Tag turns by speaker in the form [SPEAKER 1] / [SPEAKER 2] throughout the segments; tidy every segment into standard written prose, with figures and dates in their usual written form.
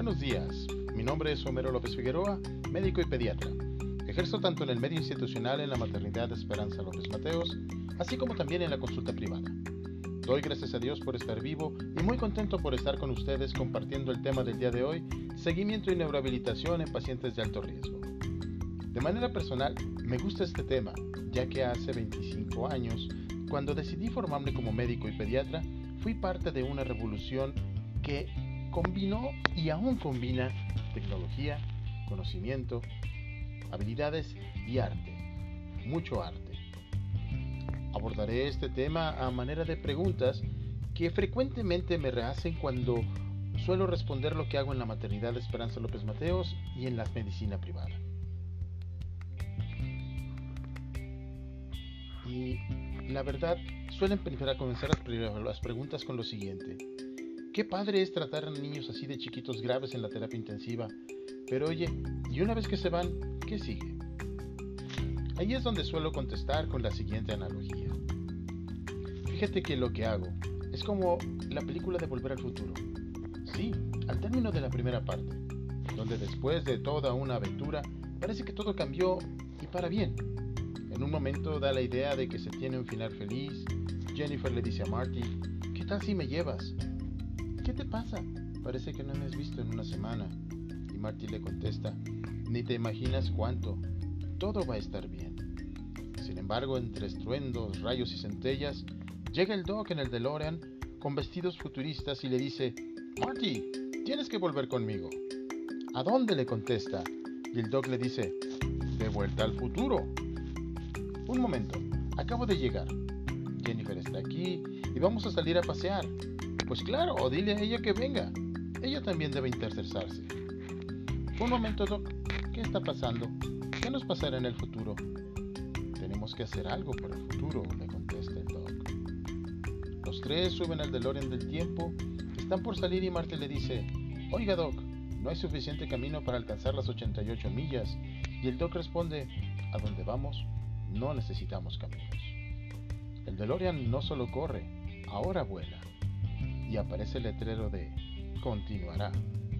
[SPEAKER 1] buenos días. Mi nombre es Homero López Figueroa, médico y pediatra. Ejerzo tanto en el medio institucional en la maternidad Esperanza López Mateos, así como también en la consulta privada. Doy gracias a Dios por estar vivo y muy contento por estar con ustedes compartiendo el tema del día de hoy, seguimiento y neurorehabilitación en pacientes de alto riesgo. De manera personal, me gusta este tema, ya que hace 25 años, cuando decidí formarme como médico y pediatra, fui parte de una revolución que combinó y aún combina tecnología, conocimiento, habilidades y arte, mucho arte. Abordaré este tema a manera de preguntas que frecuentemente me rehacen cuando suelo responder lo que hago en la maternidad Esperanza López Mateos y en la medicina privada. Y la verdad, suelen preferir comenzar las preguntas con lo siguiente. Qué padre es tratar a niños así de chiquitos graves en la terapia intensiva, pero oye, ¿y una vez que se van, qué sigue? Ahí es donde suelo contestar con la siguiente analogía. Fíjate que lo que hago es como la película de Volver al Futuro. Sí, al término de la primera parte, donde después de toda una aventura, parece que todo cambió y para bien. En un momento da la idea de que se tiene un final feliz. Jennifer le dice a Marty, ¿qué tal si me llevas? ¿Qué te pasa? Parece que no me has visto en una semana. Y Marty le contesta, ni te imaginas cuánto. Todo va a estar bien. Sin embargo, entre estruendos, rayos y centellas, llega el Doc en el DeLorean con vestidos futuristas y le dice, Marty, tienes que volver conmigo. ¿A dónde? Le contesta. Y el Doc le dice, de vuelta al futuro. Un momento, acabo de llegar. Jennifer está aquí y vamos a salir a pasear. Pues claro, o dile a ella que venga. Ella también debe interesarse. Un momento, Doc. ¿Qué está pasando? ¿Qué nos pasará en el futuro? Tenemos que hacer algo por el futuro, le contesta el Doc. Los tres suben al DeLorean del tiempo. Están por salir y Marty le dice, oiga, Doc, no hay suficiente camino para alcanzar las 88 millas. Y el Doc responde, a donde vamos, no necesitamos caminos. El DeLorean no solo corre, ahora vuela. Y aparece el letrero de continuará.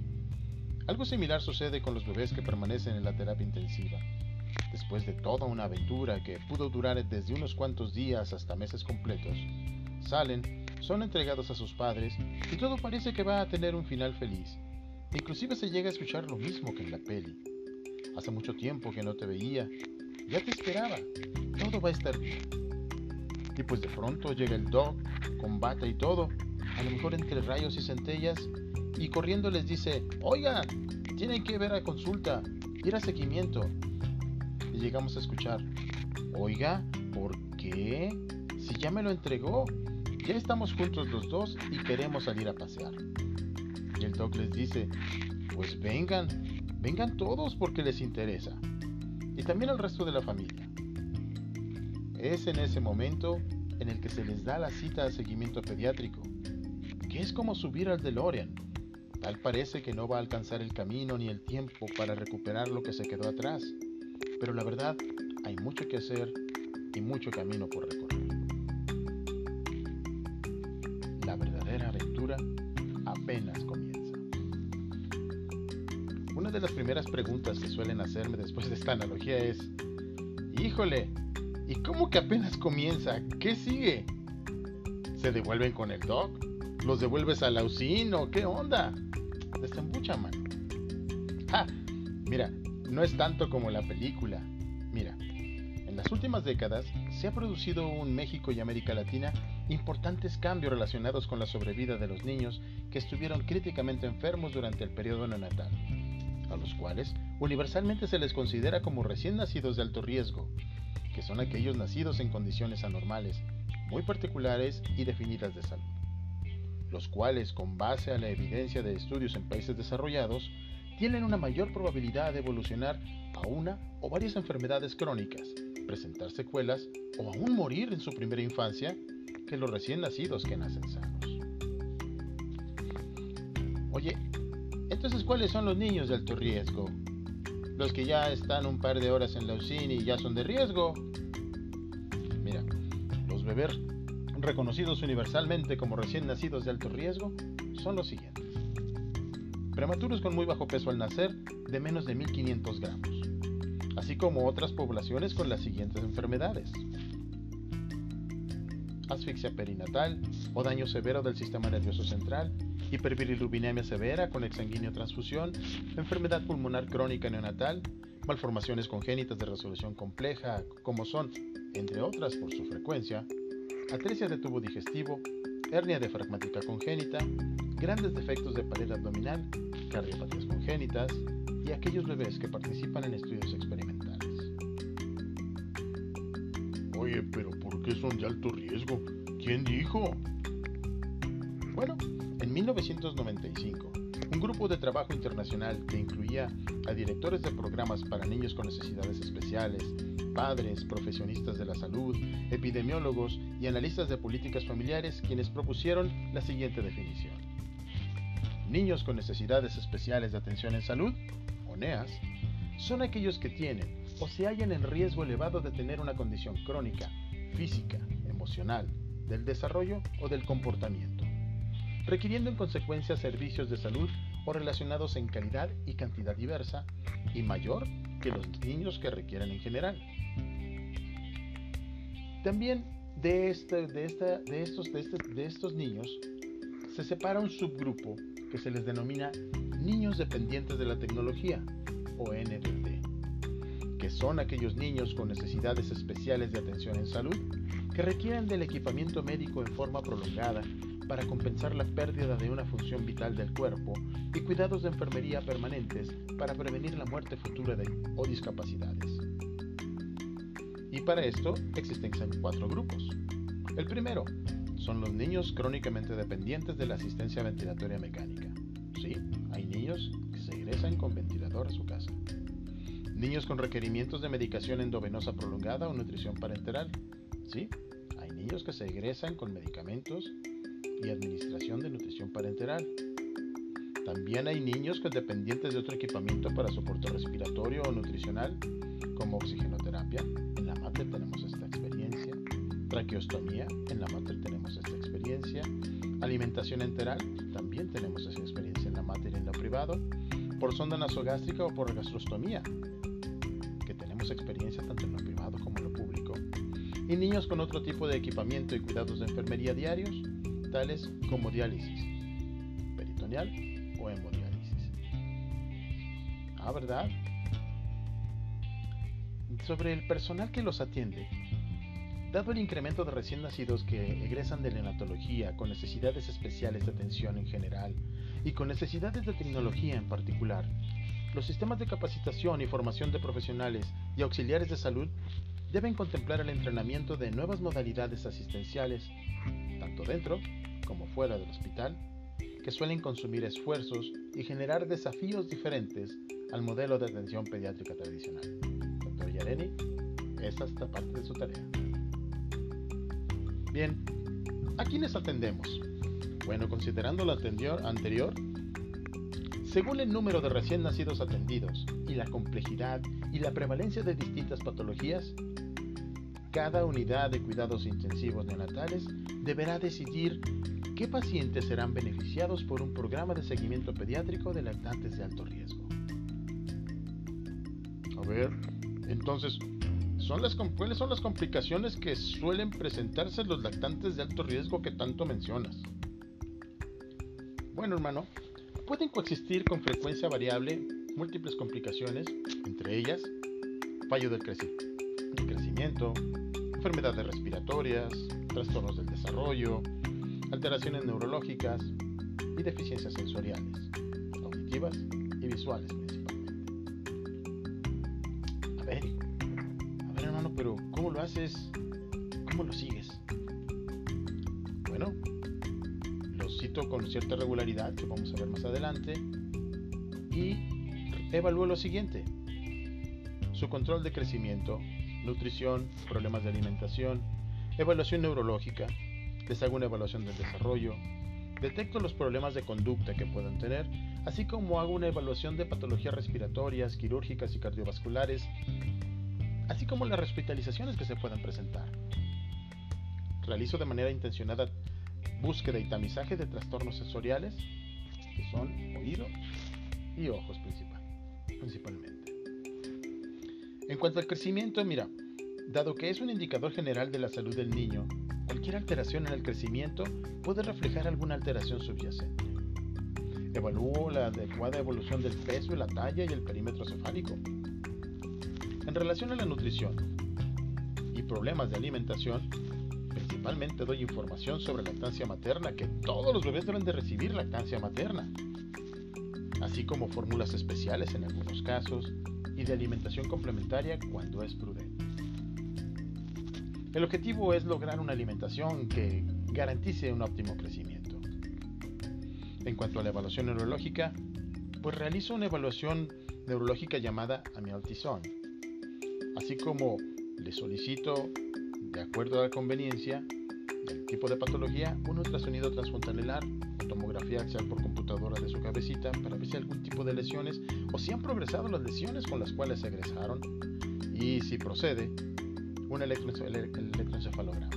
[SPEAKER 1] Algo similar sucede con los bebés que permanecen en la terapia intensiva. Después de toda una aventura que pudo durar desde unos cuantos días hasta meses completos, salen, son entregados a sus padres y todo parece que va a tener un final feliz. Inclusive se llega a escuchar lo mismo que en la peli. Hace mucho tiempo que no te veía, ya te esperaba, todo va a estar bien. Y pues de pronto llega el Doc, con bata y todo, a lo mejor entre rayos y centellas, y corriendo les dice, oiga, tienen que ver a consulta, ir a seguimiento. Y llegamos a escuchar, oiga, ¿por qué? Si ya me lo entregó, ya estamos juntos los dos y queremos salir a pasear. Y el Doc les dice, pues vengan todos porque les interesa. Y también al resto de la familia. Es en ese momento en el que se les da la cita a seguimiento pediátrico, que es como subir al DeLorean. Tal parece que no va a alcanzar el camino ni el tiempo para recuperar lo que se quedó atrás, pero la verdad, hay mucho que hacer y mucho camino por recorrer. La verdadera aventura apenas comienza. Una de las primeras preguntas que suelen hacerme después de esta analogía es, híjole, ¿y cómo que apenas comienza? ¿Qué sigue? ¿Se devuelven con el Doc? ¿Los devuelves a la UCIN o qué onda? Desembucha, man. ¡Ja! Mira, no es tanto como la película. Mira, en las últimas décadas se ha producido en México y América Latina importantes cambios relacionados con la sobrevida de los niños que estuvieron críticamente enfermos durante el periodo neonatal, a los cuales universalmente se les considera como recién nacidos de alto riesgo, que son aquellos nacidos en condiciones anormales, muy particulares y definidas de salud, los cuales, con base a la evidencia de estudios en países desarrollados, tienen una mayor probabilidad de evolucionar a una o varias enfermedades crónicas, presentar secuelas o aún morir en su primera infancia que los recién nacidos que nacen sanos. Oye, entonces, ¿cuáles son los niños de alto riesgo? ¿Los que ya están un par de horas en la UCIN y ya son de riesgo? Mira, los bebés reconocidos universalmente como recién nacidos de alto riesgo son los siguientes. prematuros con muy bajo peso al nacer de menos de 1500 gramos, así como otras poblaciones con las siguientes enfermedades: asfixia perinatal o daño severo del sistema nervioso central, hiperbilirrubinemia severa con exsanguíneo transfusión, enfermedad pulmonar crónica neonatal, malformaciones congénitas de resolución compleja, como son, entre otras por su frecuencia, atresia de tubo digestivo, hernia diafragmática congénita, grandes defectos de pared abdominal, cardiopatías congénitas y aquellos bebés que participan en estudios experimentales.
[SPEAKER 2] Oye, pero ¿por qué son de alto riesgo? ¿Quién dijo?
[SPEAKER 1] Bueno, en 1995, un grupo de trabajo internacional que incluía a directores de programas para niños con necesidades especiales, padres, profesionistas de la salud, epidemiólogos y analistas de políticas familiares, quienes propusieron la siguiente definición: niños con necesidades especiales de atención en salud, o NEAS, son aquellos que tienen o se hallan en riesgo elevado de tener una condición crónica, física, emocional, del desarrollo o del comportamiento, requiriendo en consecuencia servicios de salud o relacionados en calidad y cantidad diversa y mayor que los niños que requieren en general. También de estos niños se separa un subgrupo que se les denomina niños dependientes de la tecnología, o NDT, que son aquellos niños con necesidades especiales de atención en salud que requieren del equipamiento médico en forma prolongada para compensar la pérdida de una función vital del cuerpo y cuidados de enfermería permanentes para prevenir la muerte futura o discapacidades. Y para esto existen 4 grupos. El primero son los niños crónicamente dependientes de la asistencia ventilatoria mecánica. Sí, hay niños que se egresan con ventilador a su casa. Niños con requerimientos de medicación endovenosa prolongada o nutrición parenteral. Sí, hay niños que se egresan con medicamentos y administración de nutrición parenteral. También hay niños con dependientes de otro equipamiento para soporte respiratorio o nutricional, como oxigenoterapia. En la mater tenemos esta experiencia. Traqueostomía, en la mater tenemos esta experiencia. Alimentación enteral, también tenemos esa experiencia en la mater y en lo privado. Por sonda nasogástrica o por gastrostomía, que tenemos experiencia tanto en lo privado como en lo público. Y niños con otro tipo de equipamiento y cuidados de enfermería diarios, tales como diálisis peritoneal o hemodiálisis. ¿Verdad? Sobre el personal que los atiende, dado el incremento de recién nacidos que egresan de neonatología con necesidades especiales de atención en general y con necesidades de tecnología en particular, los sistemas de capacitación y formación de profesionales y auxiliares de salud deben contemplar el entrenamiento de nuevas modalidades asistenciales, tanto dentro como fuera del hospital, que suelen consumir esfuerzos y generar desafíos diferentes al modelo de atención pediátrica tradicional. Dr. Yareni, esa es la parte de su tarea. Bien, ¿a quiénes atendemos? Bueno, considerando lo anterior, según el número de recién nacidos atendidos y la complejidad y la prevalencia de distintas patologías, cada unidad de cuidados intensivos neonatales deberá decidir qué pacientes serán beneficiados por un programa de seguimiento pediátrico de lactantes de alto riesgo.
[SPEAKER 2] A ver, entonces, ¿cuáles son las complicaciones que suelen presentarse en los lactantes de alto riesgo que tanto mencionas?
[SPEAKER 1] Bueno, hermano, pueden coexistir con frecuencia variable múltiples complicaciones, entre ellas fallo del crecimiento, enfermedades respiratorias, trastornos del desarrollo, alteraciones neurológicas y deficiencias sensoriales, auditivas y visuales principalmente. A ver, hermano, pero ¿cómo lo haces? ¿Cómo lo sigues? Bueno, los cito con cierta regularidad, que vamos a ver más adelante, y evalúo lo siguiente: su control de crecimiento, nutrición, problemas de alimentación, evaluación neurológica, les hago una evaluación del desarrollo, detecto los problemas de conducta que puedan tener, así como hago una evaluación de patologías respiratorias, quirúrgicas y cardiovasculares, así como las hospitalizaciones que se puedan presentar. Realizo de manera intencionada búsqueda y tamizaje de trastornos sensoriales, que son oído, y ojos principalmente. En cuanto al crecimiento, mira, dado que es un indicador general de la salud del niño, cualquier alteración en el crecimiento puede reflejar alguna alteración subyacente. Evalúo la adecuada evolución del peso, la talla y el perímetro cefálico. En relación a la nutrición y problemas de alimentación, principalmente doy información sobre lactancia materna, que todos los bebés deben de recibir lactancia materna, así como fórmulas especiales en algunos casos y de alimentación complementaria cuando es prudente. El objetivo es lograr una alimentación que garantice un óptimo crecimiento. En cuanto a la evaluación neurológica, pues realizo una evaluación neurológica llamada amniotizón, así como le solicito, de acuerdo a la conveniencia del tipo de patología, un ultrasonido transfrontalar o tomografía axial por computadora de su cabecita para ver si hay algún tipo de lesiones o si han progresado las lesiones con las cuales se egresaron, y si procede, un electroencefalograma.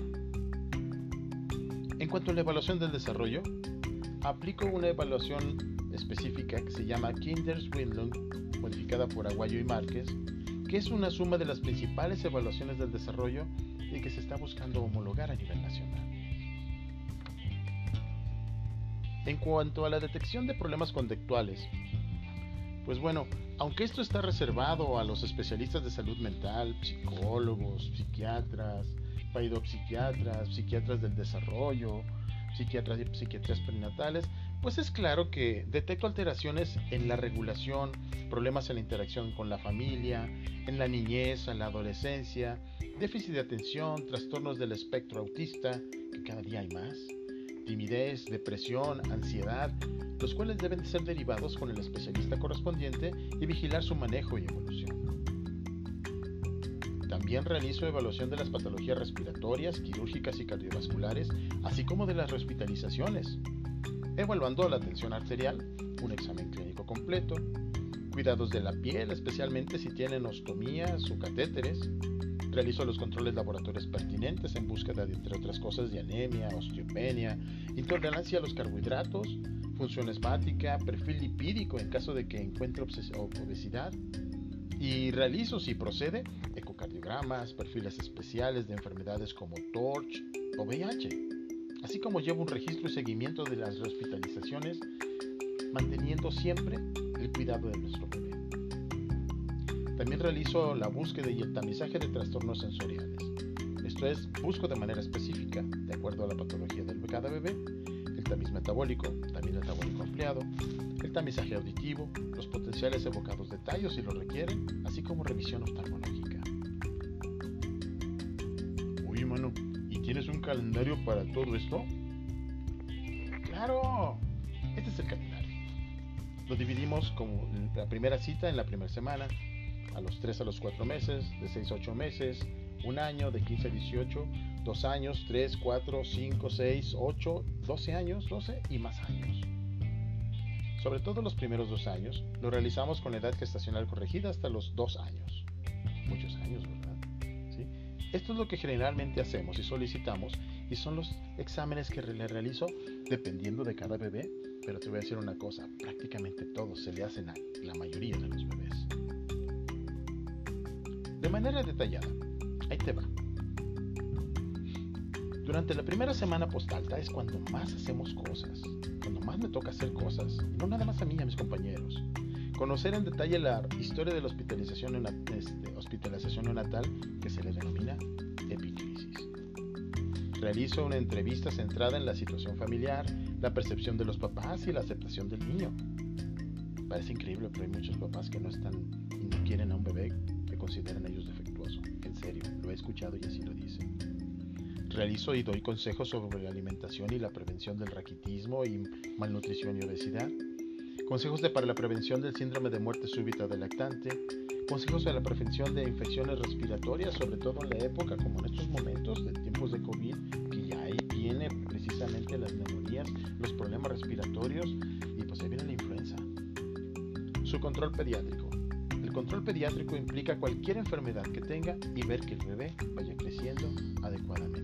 [SPEAKER 1] En cuanto a la evaluación del desarrollo, aplico una evaluación específica que se llama Kinder-Swindlung, modificada por Aguayo y Márquez, que es una suma de las principales evaluaciones del desarrollo y que se está buscando homologar a nivel nacional. En cuanto a la detección de problemas conductuales, pues bueno, aunque esto está reservado a los especialistas de salud mental, psicólogos, psiquiatras, pedopsiquiatras, psiquiatras del desarrollo, psiquiatras y psiquiatrías perinatales, pues es claro que detecto alteraciones en la regulación, problemas en la interacción con la familia, en la niñez, en la adolescencia, déficit de atención, trastornos del espectro autista, que cada día hay más, timidez, depresión, ansiedad, los cuales deben de ser derivados con el especialista correspondiente y vigilar su manejo y evolución. También realizo evaluación de las patologías respiratorias, quirúrgicas y cardiovasculares, así como de las hospitalizaciones, evaluando la tensión arterial, un examen clínico completo, cuidados de la piel, especialmente si tienen ostomías o catéteres. Realizo los controles laboratorios pertinentes en búsqueda de, entre otras cosas, de anemia, osteopenia, intolerancia a los carbohidratos, función hepática, perfil lipídico en caso de que encuentre obesidad, y realizo, si procede, ecocardiogramas, perfiles especiales de enfermedades como TORCH o VIH, así como llevo un registro y seguimiento de las hospitalizaciones, manteniendo siempre el cuidado de nuestro bebé. También realizo la búsqueda y el tamizaje de trastornos sensoriales. Esto es, busco de manera específica, de acuerdo a la patología de cada bebé, el tamiz metabólico, tamiz metabólico ampliado, el tamizaje auditivo, los potenciales evocados de tallos si lo requieren, así como revisión oftalmológica. Oye, mano, ¿y tienes un calendario para todo esto? ¡Claro! Este es el calendario. Lo dividimos como la primera cita en la primera semana, a los 3 a los 4 meses, de 6 a 8 meses, un año, de 15 a 18, 2 años, 3, 4, 5, 6, 8, 12 años, 12 y más años. Sobre todo los primeros 2 años, lo realizamos con la edad gestacional corregida hasta los 2 años. Muchos años, ¿verdad? ¿Sí? Esto es lo que generalmente hacemos y solicitamos, y son los exámenes que le realizo dependiendo de cada bebé, pero te voy a decir una cosa, prácticamente todos se le hacen a la mayoría de los bebés. De manera detallada, ahí te va. Durante la primera semana postalta es cuando más hacemos cosas, cuando más me toca hacer cosas, no nada más a mí y a mis compañeros. Conocer en detalle la historia de la hospitalización neonatal, que se le denomina epicrisis. Realizo una entrevista centrada en la situación familiar, la percepción de los papás y la aceptación del niño. Parece increíble, pero hay muchos papás que no están y no quieren a un bebé que consideran ellos defectuoso. En serio, lo he escuchado y así lo dicen. Realizo y doy consejos sobre la alimentación y la prevención del raquitismo y malnutrición y obesidad, consejos para la prevención del síndrome de muerte súbita del lactante, consejos de la prevención de infecciones respiratorias, sobre todo en la época como en estos momentos de tiempos de COVID, que ya ahí viene precisamente las neumonías, los problemas respiratorios y pues ahí viene la influenza. Su control pediátrico. El control pediátrico implica cualquier enfermedad que tenga y ver que el bebé vaya creciendo adecuadamente.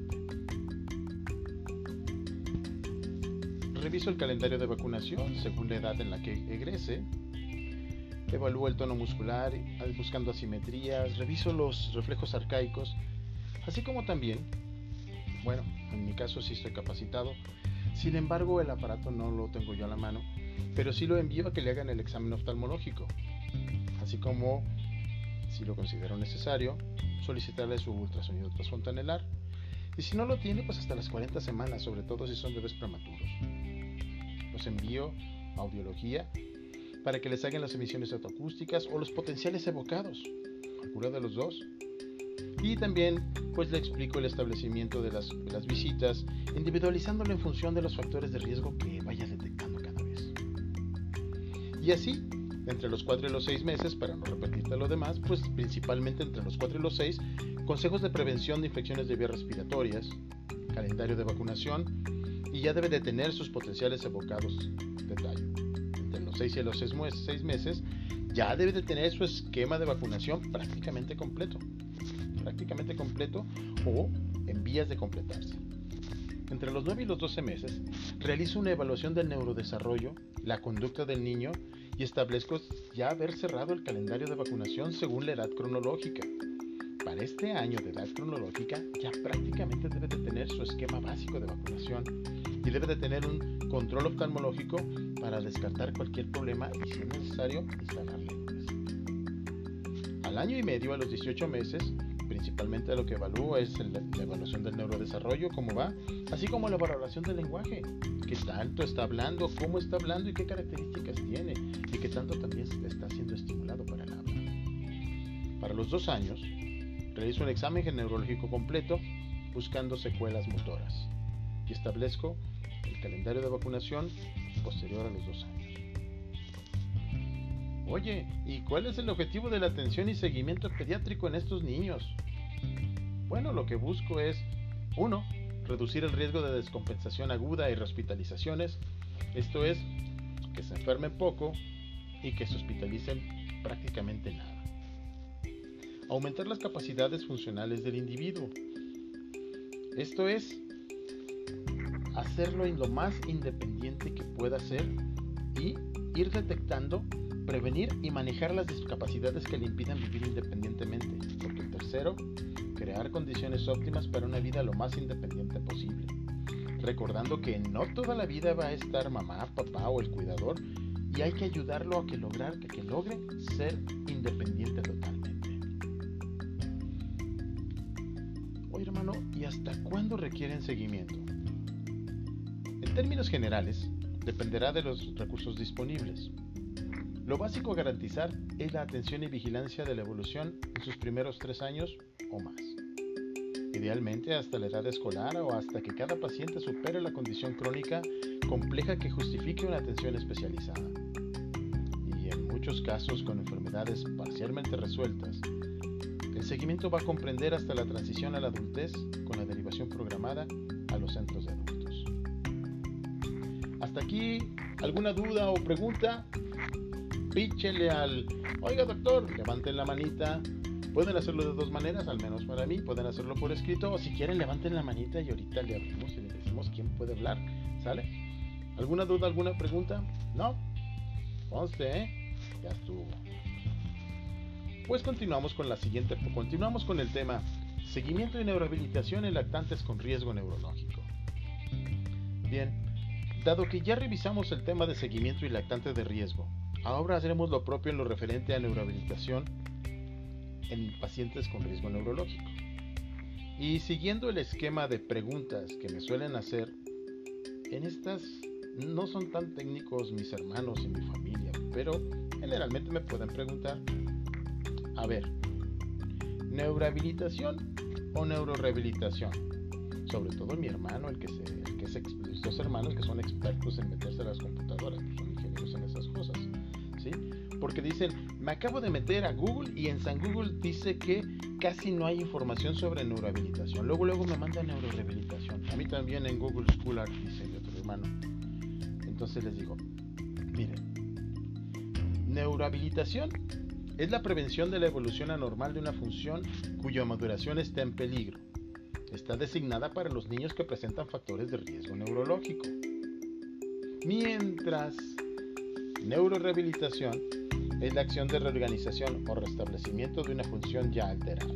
[SPEAKER 1] Reviso el calendario de vacunación según la edad en la que egrese, Evalúo el tono muscular, buscando asimetrías, reviso los reflejos arcaicos, así como también, bueno, en mi caso sí estoy capacitado, sin embargo el aparato no lo tengo yo a la mano, pero sí lo envío a que le hagan el examen oftalmológico, así como, si lo considero necesario, solicitarle su ultrasonido transfontanelar, y si no lo tiene, pues hasta las 40 semanas, sobre todo si son bebés prematuros. Los envío a audiología para que les hagan las emisiones autoacústicas o los potenciales evocados, cualquiera de los dos. Y también pues le explico el establecimiento de las visitas, individualizándolo en función de los factores de riesgo que vaya detectando cada vez. Y así, entre los 4 y los 6 meses, para no repetirte lo demás, pues principalmente entre los 4 y los 6, consejos de prevención de infecciones de vías respiratorias, calendario de vacunación, y ya debe de tener sus potenciales evocados de tallo. Entre los 6 y los 6 meses, ya debe de tener su esquema de vacunación prácticamente completo o en vías de completarse. Entre los 9 y los 12 meses, realizo una evaluación del neurodesarrollo, la conducta del niño y establezco ya haber cerrado el calendario de vacunación según la edad cronológica. Para este año de edad cronológica ya prácticamente debe de tener su esquema básico de vacunación y debe de tener un control oftalmológico para descartar cualquier problema y, si es necesario, instalar lentes. Al año y medio, a los 18 meses, principalmente lo que evalúo es la evaluación del neurodesarrollo, cómo va, así como la valoración del lenguaje, qué tanto está hablando, cómo está hablando y qué características tiene, y qué tanto también está siendo estimulado para el habla. Para los 2 años, realizo un examen neurológico completo buscando secuelas motoras y establezco el calendario de vacunación posterior a los 2 años. Oye, ¿y cuál es el objetivo de la atención y seguimiento pediátrico en estos niños? Bueno, lo que busco es 1. Reducir el riesgo de descompensación aguda y rehospitalizaciones, esto es, que se enfermen poco y que se hospitalicen prácticamente nada. Aumentar las capacidades funcionales del individuo, esto es, hacerlo lo más independiente que pueda ser y ir detectando, prevenir y manejar las discapacidades que le impidan vivir independientemente. Porque el tercero, crear condiciones óptimas para una vida lo más independiente posible. Recordando que no toda la vida va a estar mamá, papá o el cuidador y hay que ayudarlo a que logre ser independiente totalmente. Oye, hermano, ¿y hasta cuándo requieren seguimiento? En términos generales, dependerá de los recursos disponibles. Lo básico a garantizar es la atención y vigilancia de la evolución en sus primeros 3 años o más. Idealmente hasta la edad escolar o hasta que cada paciente supere la condición crónica compleja que justifique una atención especializada. Y en muchos casos con enfermedades parcialmente resueltas, el seguimiento va a comprender hasta la transición a la adultez con la derivación programada a los centros de adultos. Hasta aquí, ¿alguna duda o pregunta? Píchele al, oiga doctor, levanten la manita. Pueden hacerlo de 2 maneras, al menos para mí. Pueden hacerlo por escrito o si quieren levanten la manita y ahorita le abrimos y le decimos quién puede hablar. ¿Sale? ¿Alguna duda, alguna pregunta? ¿No? Conste, ya estuvo. Pues continuamos con el tema seguimiento y neurorehabilitación en lactantes con riesgo neurológico. Bien, dado que ya revisamos el tema de seguimiento y lactantes de riesgo, ahora haremos lo propio en lo referente a neurorehabilitación en pacientes con riesgo neurológico. Y siguiendo el esquema de preguntas que me suelen hacer, en estas no son tan técnicos mis hermanos y mi familia, pero generalmente me pueden preguntar, a ver, ¿neurorehabilitación o neurorehabilitación? Sobre todo mi hermano, los 2 hermanos que son expertos en meterse a las computadoras, son ingenieros en esas cosas, ¿sí? Porque dicen, me acabo de meter a Google y en San Google dice que casi no hay información sobre neurorehabilitación. Luego me manda neurorehabilitación. A mí también en Google Scholar dice mi otro hermano. Entonces les digo, miren, neurorehabilitación es la prevención de la evolución anormal de una función cuya maduración está en peligro. Está designada para los niños que presentan factores de riesgo neurológico. Mientras neurorehabilitación es la acción de reorganización o restablecimiento de una función ya alterada.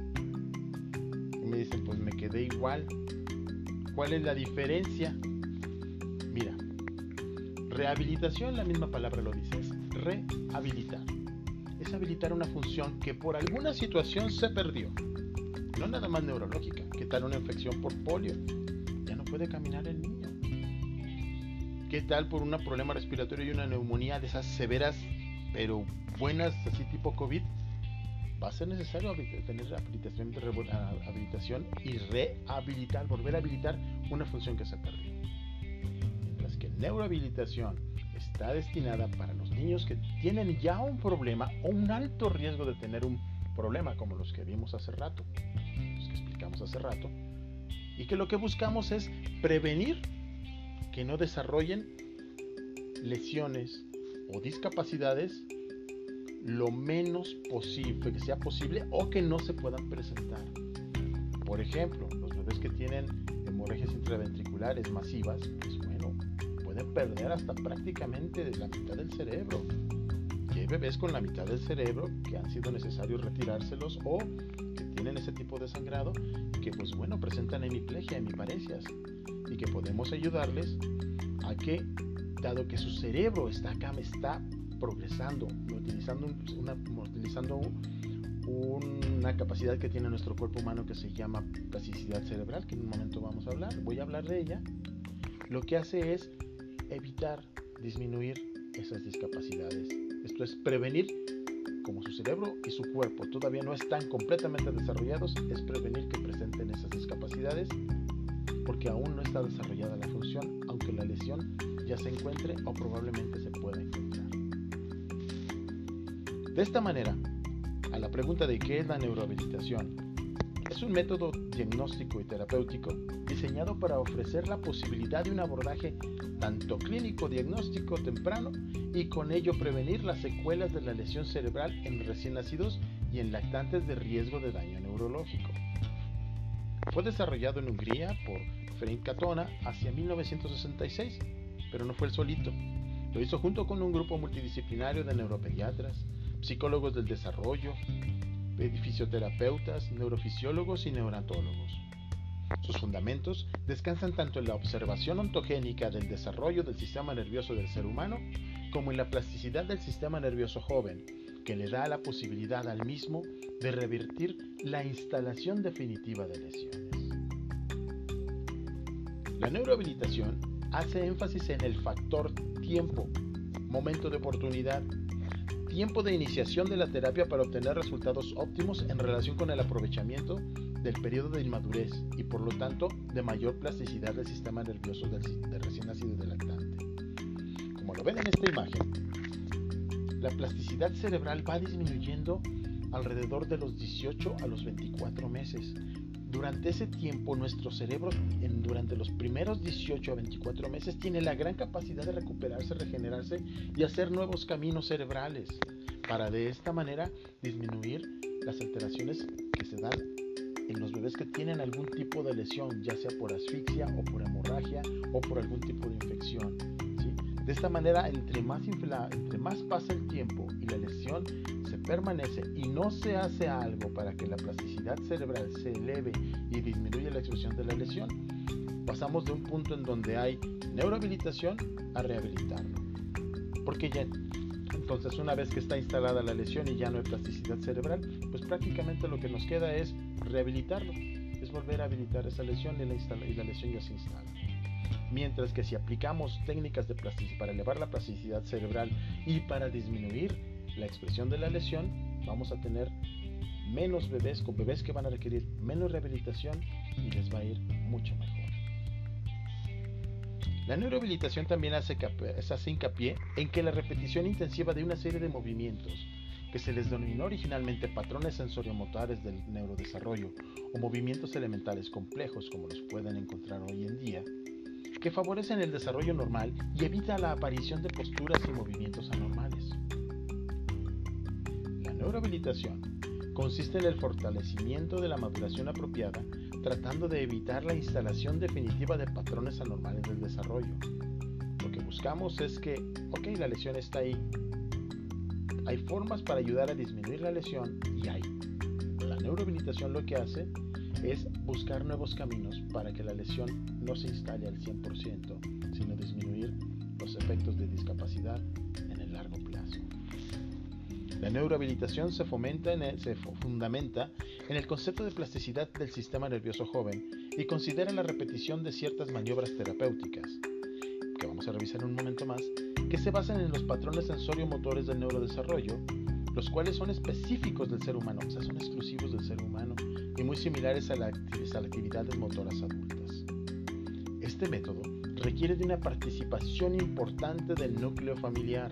[SPEAKER 1] Y me dicen, pues me quedé igual. ¿Cuál es la diferencia? Mira, rehabilitación, la misma palabra lo dice, es rehabilitar. Es habilitar una función que por alguna situación se perdió. No nada más neurológica. ¿Qué tal una infección por polio? Ya no puede caminar el niño. ¿Qué tal por un problema respiratorio y una neumonía de esas severas pero buenas, así tipo COVID? Va a ser necesario tener habilitación y rehabilitar, volver a habilitar una función que se perdió. Mientras que neurohabilitación está destinada para los niños que tienen ya un problema o un alto riesgo de tener un problema, como los que vimos hace rato, los que explicamos hace rato, y que lo que buscamos es prevenir que no desarrollen lesiones o discapacidades lo menos posible, que sea posible, o que no se puedan presentar. Por ejemplo, los bebés que tienen hemorragias intraventriculares masivas, pues bueno, pueden perder hasta prácticamente la mitad del cerebro. Y hay bebés con la mitad del cerebro que han sido necesarios retirárselos o que tienen ese tipo de sangrado que pues bueno, presentan hemiplegia, hemiparesias, y que podemos ayudarles a que, dado que su cerebro está progresando, utilizando una capacidad que tiene nuestro cuerpo humano que se llama plasticidad cerebral, que en un momento voy a hablar de ella. Lo que hace es evitar, disminuir esas discapacidades. Esto es prevenir, como su cerebro y su cuerpo todavía no están completamente desarrollados, es prevenir que presenten esas discapacidades porque aún no está desarrollada la función, aunque la lesión ya se encuentre o probablemente se pueda encontrar. De esta manera, a la pregunta de qué es la neurohabilitación, es un método diagnóstico y terapéutico diseñado para ofrecer la posibilidad de un abordaje tanto clínico diagnóstico temprano y con ello prevenir las secuelas de la lesión cerebral en recién nacidos y en lactantes de riesgo de daño neurológico. Fue desarrollado en Hungría por Ferenc Katona hacia 1966, pero no fue él solito. Lo hizo junto con un grupo multidisciplinario de neuropediatras, psicólogos del desarrollo, fisioterapeutas, neurofisiólogos y neonatólogos. Sus fundamentos descansan tanto en la observación ontogénica del desarrollo del sistema nervioso del ser humano como en la plasticidad del sistema nervioso joven, que le da la posibilidad al mismo de revertir la instalación definitiva de lesiones. La neurohabilitación hace énfasis en el factor tiempo, momento de oportunidad, tiempo de iniciación de la terapia para obtener resultados óptimos en relación con el aprovechamiento del periodo de inmadurez y por lo tanto de mayor plasticidad del sistema nervioso del recién nacido y del lactante. Como lo ven en esta imagen, la plasticidad cerebral va disminuyendo alrededor de los 18 a los 24 meses. Durante ese tiempo, nuestro cerebro, durante los primeros 18 a 24 meses, tiene la gran capacidad de recuperarse, regenerarse y hacer nuevos caminos cerebrales, para de esta manera disminuir las alteraciones que se dan en los bebés que tienen algún tipo de lesión, ya sea por asfixia o por hemorragia o por algún tipo de infección, ¿sí? De esta manera, entre más pasa el tiempo y la lesión se permanece y no se hace algo para que la plasticidad cerebral se eleve y disminuya la expresión de la lesión, pasamos de un punto en donde hay neurohabilitación a rehabilitarlo. Porque ya, entonces, una vez que está instalada la lesión y ya no hay plasticidad cerebral, pues prácticamente lo que nos queda es rehabilitarlo, es volver a habilitar esa lesión y la lesión ya se instala. Mientras que si aplicamos técnicas de plasticidad para elevar la plasticidad cerebral y para disminuir la expresión de la lesión, vamos a tener menos bebés, con bebés que van a requerir menos rehabilitación y les va a ir mucho mejor. La neurohabilitación también hace hincapié en que la repetición intensiva de una serie de movimientos que se les denominó originalmente patrones sensoriomotoras del neurodesarrollo o movimientos elementales complejos como los pueden encontrar hoy en día, que favorecen el desarrollo normal y evita la aparición de posturas y movimientos anormales. La neurohabilitación consiste en el fortalecimiento de la maduración apropiada, tratando de evitar la instalación definitiva de patrones anormales del desarrollo. Lo que buscamos es que, la lesión está ahí, Hay formas para ayudar a disminuir la lesión y hay. La neurohabilitación lo que hace es buscar nuevos caminos para que la lesión no se instale al 100%, sino disminuir los efectos de discapacidad en el largo plazo. La neurohabilitación se fundamenta en el concepto de plasticidad del sistema nervioso joven y considera la repetición de ciertas maniobras terapéuticas, que vamos a revisar en un momento más, que se basan en los patrones sensorio-motores del neurodesarrollo, los cuales son específicos del ser humano, o sea, son exclusivos del ser humano y muy similares a las actividades motoras adultas. Este método requiere de una participación importante del núcleo familiar.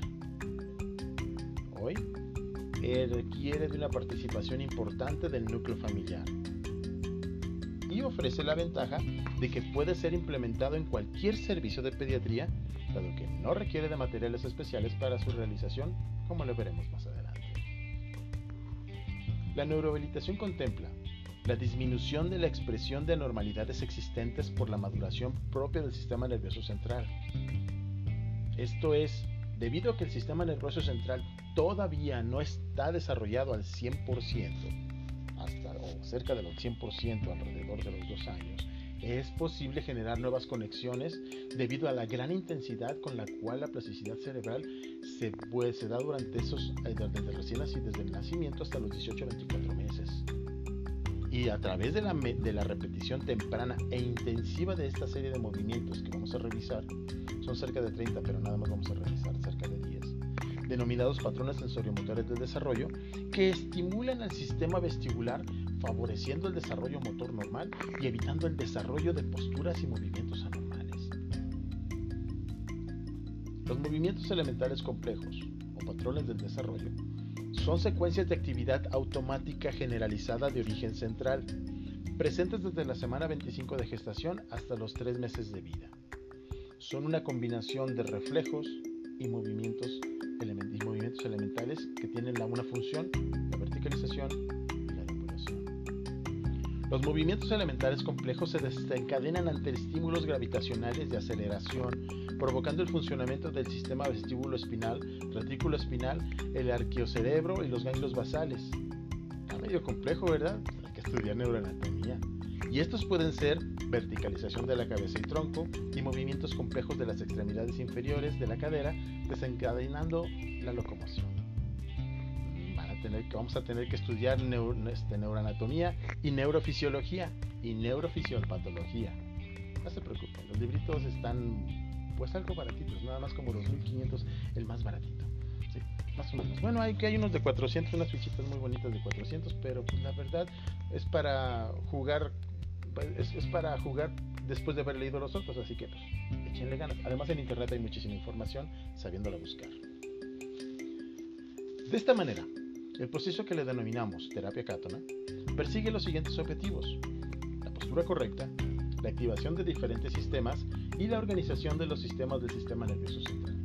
[SPEAKER 1] Requiere de una participación importante del núcleo familiar y ofrece la ventaja de que puede ser implementado en cualquier servicio de pediatría, dado que no requiere de materiales especiales para su realización, como lo veremos más adelante. La neurohabilitación contempla la disminución de la expresión de anormalidades existentes por la maduración propia del sistema nervioso central. Esto es, debido a que el sistema nervioso central todavía no está desarrollado al 100%, o cerca del 100% alrededor de los 2 años, es posible generar nuevas conexiones debido a la gran intensidad con la cual la plasticidad cerebral se da durante desde el nacimiento hasta los 18 a 24 meses. Y a través de la repetición temprana e intensiva de esta serie de movimientos que vamos a revisar, son cerca de 30, pero nada más vamos a revisar cerca de 10, denominados patrones sensoriomotores del desarrollo, que estimulan al sistema vestibular, favoreciendo el desarrollo motor normal y evitando el desarrollo de posturas y movimientos anormales. Los movimientos elementales complejos, o patrones del desarrollo, son secuencias de actividad automática generalizada de origen central, presentes desde la semana 25 de gestación hasta los 3 meses de vida. Son una combinación de reflejos y movimientos elementales que tienen una función, la verticalización y la depuración. Los movimientos elementales complejos se desencadenan ante estímulos gravitacionales de aceleración, provocando el funcionamiento del sistema vestíbulo espinal, retículo espinal, el arqueocerebro y los ganglios basales. Está medio complejo, ¿verdad? Hay que estudiar neuroanatomía. Y estos pueden ser verticalización de la cabeza y tronco y movimientos complejos de las extremidades inferiores de la cadera, desencadenando la locomoción. Vamos a tener que estudiar neuroanatomía y neurofisiología y neuropatología. No se preocupen, los libritos están pues algo baratitos, nada más como los 1500, el más baratito. Sí, más o menos. Bueno, hay unos de 400, unas fichitas muy bonitas de 400, pero pues la verdad es para jugar. Es para jugar después de haber leído los otros, así que pues, échenle ganas. Además en internet hay muchísima información, sabiéndola buscar. De esta manera, el proceso que le denominamos terapia Catona persigue los siguientes objetivos: la postura correcta, la activación de diferentes sistemas y la organización de los sistemas del sistema nervioso central.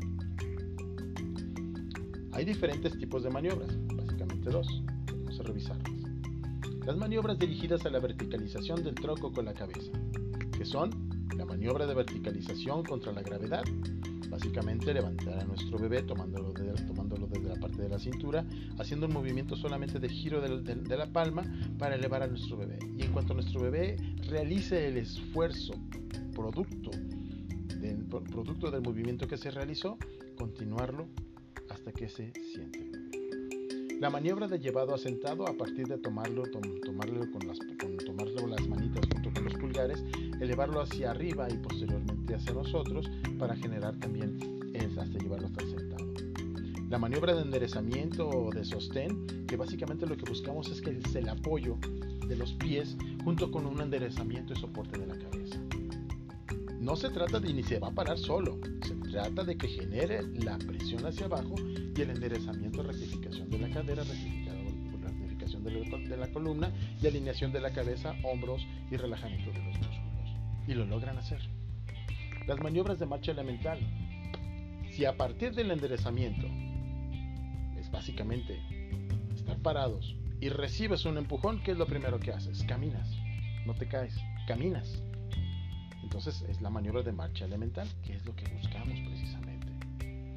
[SPEAKER 1] Hay diferentes tipos de maniobras, básicamente 2, vamos a revisarlas. Las maniobras dirigidas a la verticalización del tronco con la cabeza, que son la maniobra de verticalización contra la gravedad, básicamente levantar a nuestro bebé tomándolo desde la parte de la cintura, haciendo un movimiento solamente de giro de la palma para elevar a nuestro bebé. Y en cuanto nuestro bebé realice el esfuerzo producto del movimiento que se realizó, continuarlo hasta que se siente. La maniobra de llevado a sentado, a partir de tomarlo con las manitas junto con los pulgares, elevarlo hacia arriba y posteriormente hacia nosotros para generar también hasta llevarlo hasta el sentado. La maniobra de enderezamiento o de sostén, que básicamente lo que buscamos es que es el apoyo de los pies junto con un enderezamiento y soporte de la cabeza. No se trata de ni se va a parar solo, se trata de que genere la presión hacia abajo y el enderezamiento, rectificación de la cadera, rectificación de la columna y alineación de la cabeza, hombros y relajamiento de los músculos. Y lo logran hacer. Las maniobras de marcha elemental. Si a partir del enderezamiento es básicamente estar parados y recibes un empujón, ¿qué es lo primero que haces? Caminas, no te caes, caminas. Entonces es la maniobra de marcha elemental, que es lo que buscamos precisamente.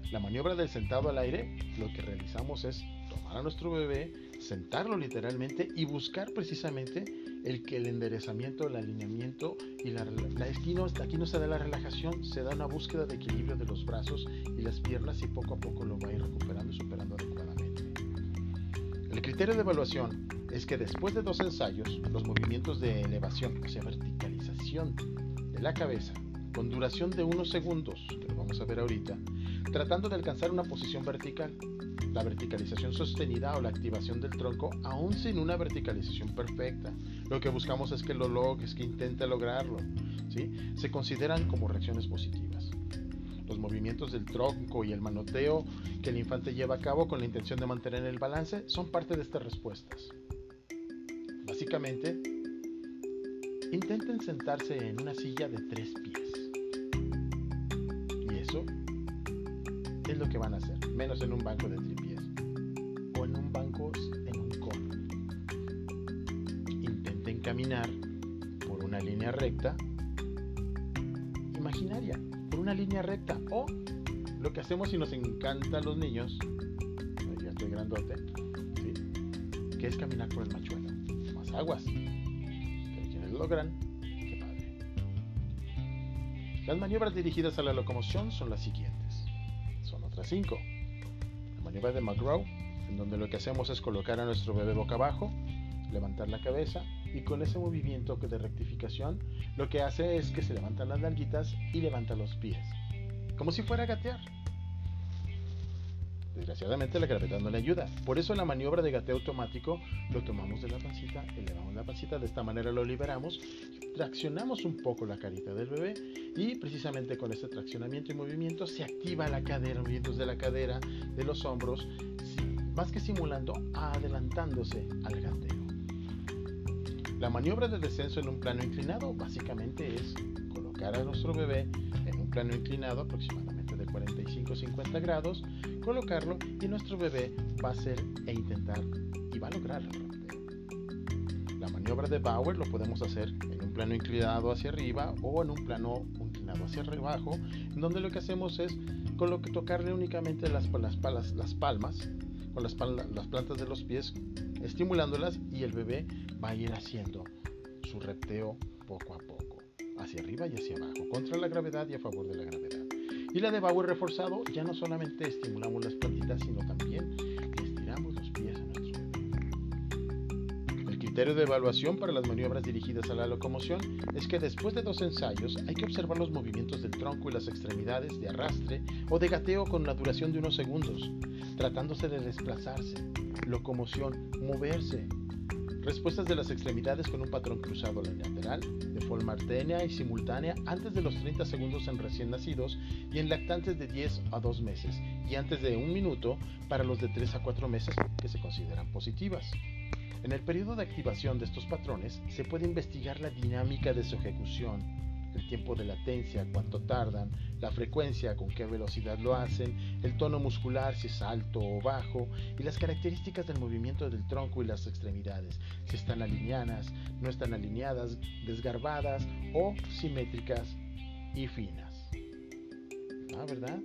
[SPEAKER 1] La maniobra del sentado al aire, lo que realizamos es tomar a nuestro bebé, sentarlo literalmente y buscar precisamente el enderezamiento, el alineamiento y aquí no se da la relajación, se da una búsqueda de equilibrio de los brazos y las piernas y poco a poco lo va a ir recuperando y superando adecuadamente. El criterio de evaluación es que después de 2 ensayos, los movimientos de elevación, o sea, verticalización de la cabeza, con duración de unos segundos, que lo vamos a ver ahorita, tratando de alcanzar una posición vertical, la verticalización sostenida o la activación del tronco, aún sin una verticalización perfecta. Lo que buscamos es que intente lograrlo, ¿sí? Se consideran como reacciones positivas. Los movimientos del tronco y el manoteo que el infante lleva a cabo con la intención de mantener el balance son parte de estas respuestas. Básicamente, intenten sentarse en una silla de 3 pies. Y eso es lo que van a hacer, menos en un banco de tripiés o en un banco en un cono. Intenten caminar por una línea recta imaginaria, por una línea recta, o lo que hacemos y nos encanta a los niños, ya estoy grandote, ¿sí? Que es caminar por el machuelo, más aguas, pero quienes lo logran, qué padre. Las maniobras dirigidas a la locomoción son las siguientes, son otras 5. La maniobra de McGraw, en donde lo que hacemos es colocar a nuestro bebé boca abajo, levantar la cabeza, y con ese movimiento de rectificación lo que hace es que se levantan las nalguitas y levanta los pies, como si fuera a gatear. Desgraciadamente la gravedad no le ayuda, por eso en la maniobra de gateo automático lo tomamos de la pancita, elevamos la pancita, de esta manera lo liberamos, traccionamos un poco la carita del bebé y precisamente con este traccionamiento y movimiento se activa la cadera, movimientos de la cadera, de los hombros, más que simulando, adelantándose al gateo. La maniobra de descenso en un plano inclinado básicamente es colocar a nuestro bebé en un plano inclinado aproximadamente de 45-50 grados, colocarlo y nuestro bebé va a hacer e intentar y va a lograr el rateo. La maniobra de Bauer lo podemos hacer en un plano inclinado hacia arriba o en un plano inclinado hacia abajo, en donde lo que hacemos es tocarle únicamente las palmas con las plantas de los pies, estimulándolas, y el bebé va a ir haciendo su repteo poco a poco, hacia arriba y hacia abajo, contra la gravedad y a favor de la gravedad. Y la de Bauer reforzado, ya no solamente estimulamos las plantitas, sino también estiramos los pies a nuestro bebé. El criterio de evaluación para las maniobras dirigidas a la locomoción es que después de 2 ensayos hay que observar los movimientos del tronco y las extremidades de arrastre o de gateo con la duración de unos segundos, tratándose de desplazarse, locomoción, moverse. Respuestas de las extremidades con un patrón cruzado lateral, de forma alternada y simultánea antes de los 30 segundos en recién nacidos y en lactantes de 10 a 2 meses, y antes de 1 minuto para los de 3 a 4 meses que se consideran positivas. En el periodo de activación de estos patrones se puede investigar la dinámica de su ejecución, el tiempo de latencia, cuánto tardan, la frecuencia, con qué velocidad lo hacen, el tono muscular, si es alto o bajo, y las características del movimiento del tronco y las extremidades, si están alineadas, no están alineadas, desgarbadas o simétricas y finas. ¿Verdad?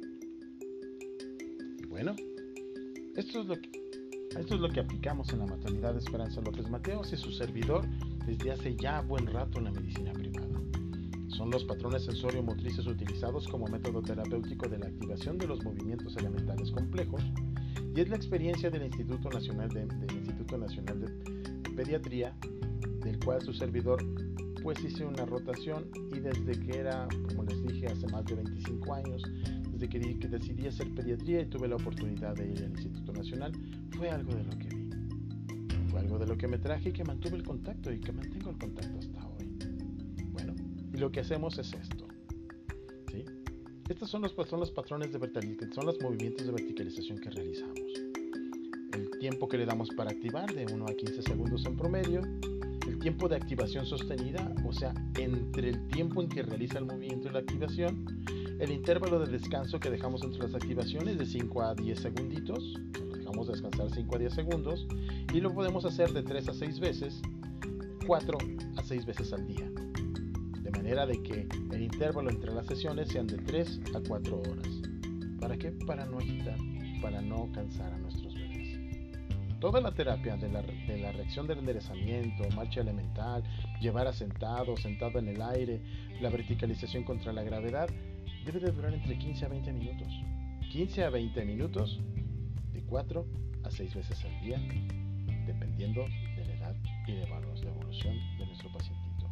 [SPEAKER 1] Y bueno, esto es lo que aplicamos en la maternidad de Esperanza López Mateos y su servidor desde hace ya buen rato en la medicina privada. Son los patrones sensorio-motrices utilizados como método terapéutico de la activación de los movimientos elementales complejos, y es la experiencia del Instituto Nacional de Pediatría, del cual su servidor pues hice una rotación, y desde que era, como les dije, hace más de 25 años, desde que decidí hacer pediatría y tuve la oportunidad de ir al Instituto Nacional, fue algo de lo que vi, fue algo de lo que me traje y que mantuve el contacto y que mantengo el contacto hasta hoy. Bueno, y lo que hacemos es esto, ¿sí? Estos son los patrones de verticalización, son los movimientos de verticalización que realizamos. El tiempo que le damos para activar, de 1 a 15 segundos en promedio. El tiempo de activación sostenida, o sea, entre el tiempo en que realiza el movimiento y la activación. El intervalo de descanso que dejamos entre las activaciones, de 5 a 10 segunditos. Lo dejamos descansar 5 a 10 segundos. Y lo podemos hacer de 3 a 6 veces, 4 a 6 veces al día. De manera de que el intervalo entre las sesiones sean de 3 a 4 horas. ¿Para qué? Para no agitar, para no cansar a nuestros bebés. Toda la terapia de la reacción del enderezamiento, marcha elemental, llevar a sentado en el aire, la verticalización contra la gravedad, debe de durar entre 15 a 20 minutos. 15 a 20 minutos de 4 a 6 veces al día, dependiendo de la edad y de la evolución de nuestro pacientito.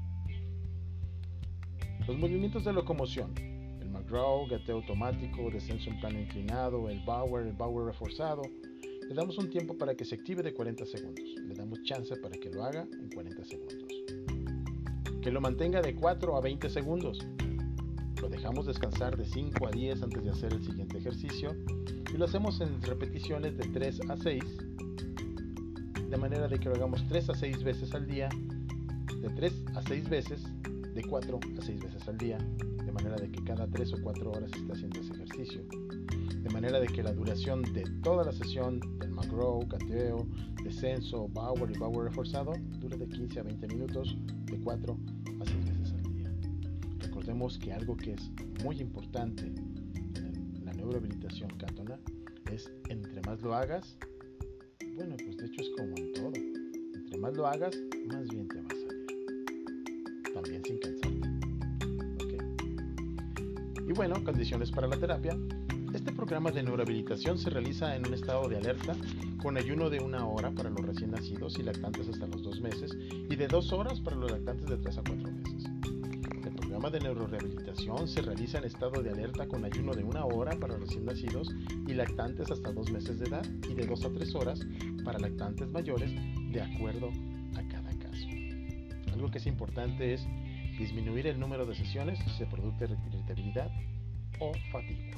[SPEAKER 1] Los movimientos de locomoción, el McGraw, gateo automático, descenso en plano inclinado, el Bauer reforzado, le damos un tiempo para que se active de 40 segundos. Le damos chance para que lo haga en 40 segundos. Que lo mantenga de 4 a 20 segundos. Lo dejamos descansar de 5 a 10 antes de hacer el siguiente ejercicio y lo hacemos en repeticiones de 3 a 6, de manera de que lo hagamos 3 a 6 veces al día, de 3 a 6 veces, de 4 a 6 veces al día, de manera de que cada 3 o 4 horas esté haciendo ese ejercicio. De manera de que la duración de toda la sesión del McGraw, gateo, descenso, Bauer y Bauer reforzado dure de 15 a 20 minutos, de 4 a 6 veces al día. Recordemos que algo que es muy importante en la neurohabilitación cátona es entre más lo hagas, bueno, pues de hecho es como en todo, entre más lo hagas, más bien te va a salir, también sin cansarte. ¿Okay? Y bueno, condiciones para la terapia. Este programa de neurohabilitación se realiza en un estado de alerta con ayuno de 1 hora para los recién nacidos y lactantes hasta los 2 meses y de 2 horas para los lactantes de 3 a 4 meses. El programa de neurorehabilitación se realiza en estado de alerta con ayuno de 1 hora para recién nacidos y lactantes hasta 2 meses de edad y de 2 a 3 horas para lactantes mayores de acuerdo a cada caso. Algo que es importante es disminuir el número de sesiones si se produce irritabilidad o fatiga.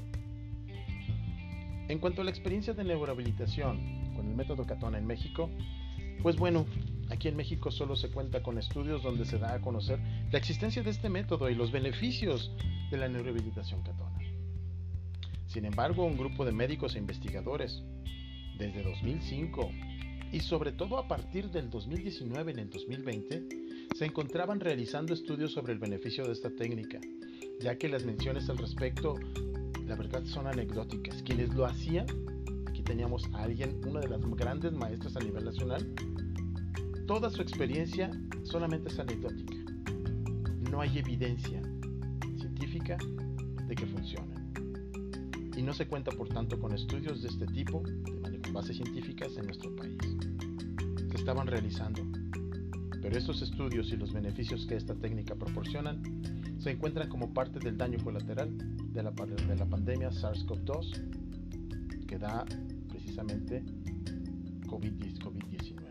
[SPEAKER 1] En cuanto a la experiencia de neurohabilitación con el método Catona en México, pues bueno, aquí en México solo se cuenta con estudios donde se da a conocer la existencia de este método y los beneficios de la neurohabilitación Catona. Sin embargo, un grupo de médicos e investigadores, desde 2005 y sobre todo a partir del 2019 en el 2020, se encontraban realizando estudios sobre el beneficio de esta técnica, ya que las menciones al respecto la verdad son anecdóticas. Quienes lo hacían, aquí teníamos a alguien, una de las grandes maestras a nivel nacional, toda su experiencia solamente es anecdótica. No hay evidencia científica de que funcionen. Y no se cuenta, por tanto, con estudios de este tipo, con bases científicas en nuestro país. Se estaban realizando, pero estos estudios y los beneficios que esta técnica proporcionan se encuentran como parte del daño colateral de la pandemia SARS-CoV-2 que da precisamente COVID-19.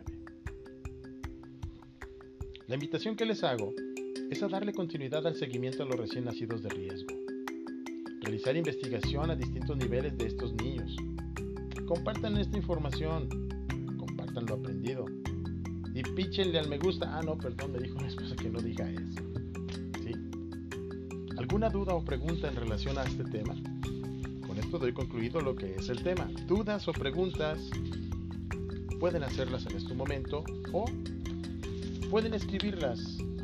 [SPEAKER 1] La invitación que les hago es a darle continuidad al seguimiento a los recién nacidos de riesgo, realizar investigación a distintos niveles de estos niños. Compartan esta información, compartan lo aprendido y píchenle al me gusta. Me dijo mi esposa que no diga eso. ¿Alguna duda o pregunta en relación a este tema? Con esto doy concluido lo que es el tema. Dudas o preguntas pueden hacerlas en este momento o pueden escribirlas a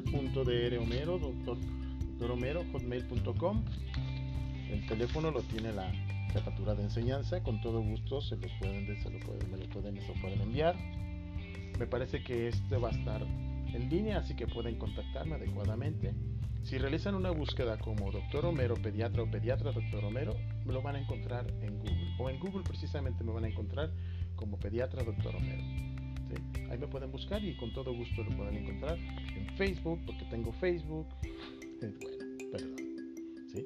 [SPEAKER 1] master.dromero@hotmail.com. El teléfono lo tiene la jefatura de enseñanza. Con todo gusto me lo pueden enviar. Me parece que este va a estar en línea, así que pueden contactarme adecuadamente. Si realizan una búsqueda como Dr. Homero Pediatra o Pediatra Dr. Homero, me lo van a encontrar en Google. O en Google precisamente me van a encontrar como Pediatra Dr. Homero. ¿Sí? Ahí me pueden buscar y con todo gusto lo pueden encontrar en Facebook, porque tengo Facebook. ¿Sí?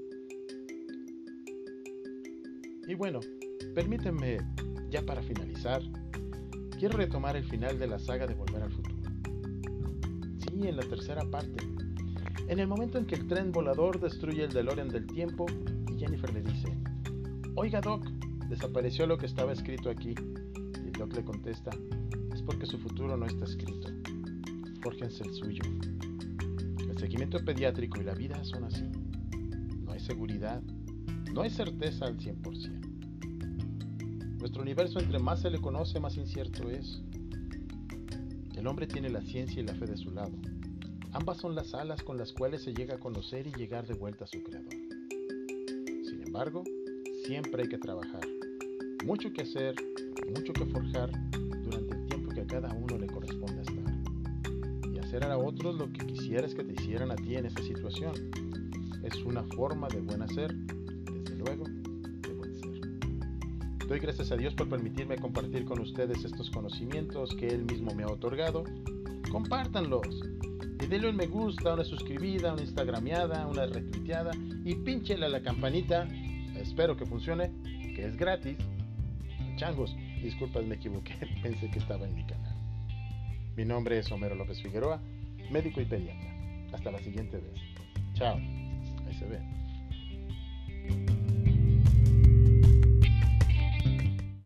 [SPEAKER 1] Y bueno, permítanme, ya para finalizar, quiero retomar el final de la saga de Volver al Futuro. Sí, en la tercera parte. En el momento en que el tren volador destruye el DeLorean del tiempo y Jennifer le dice: "Oiga, Doc, desapareció lo que estaba escrito aquí". Y el Doc le contesta: "Es porque su futuro no está escrito. Fórjense el suyo". El seguimiento pediátrico y la vida son así. No hay seguridad, no hay certeza al 100%. Nuestro universo, entre más se le conoce, más incierto es. El hombre tiene la ciencia y la fe de su lado. Ambas son las alas con las cuales se llega a conocer y llegar de vuelta a su creador. Sin embargo, siempre hay que trabajar. Mucho que hacer, mucho que forjar durante el tiempo que a cada uno le corresponde estar. Y hacer a otros lo que quisieras que te hicieran a ti en esa situación. Es una forma de buen hacer, desde luego, de buen ser. Doy gracias a Dios por permitirme compartir con ustedes estos conocimientos que Él mismo me ha otorgado. Compártanlos y denle un me gusta, una suscribida, una instagrameada, una retuiteada y pínchenle a la campanita. Espero que funcione, que es gratis. Changos, disculpas, me equivoqué, pensé que estaba en mi canal. Mi nombre es Homero López Figueroa, médico y pediatra. Hasta la siguiente vez. Chao. Ahí se ve.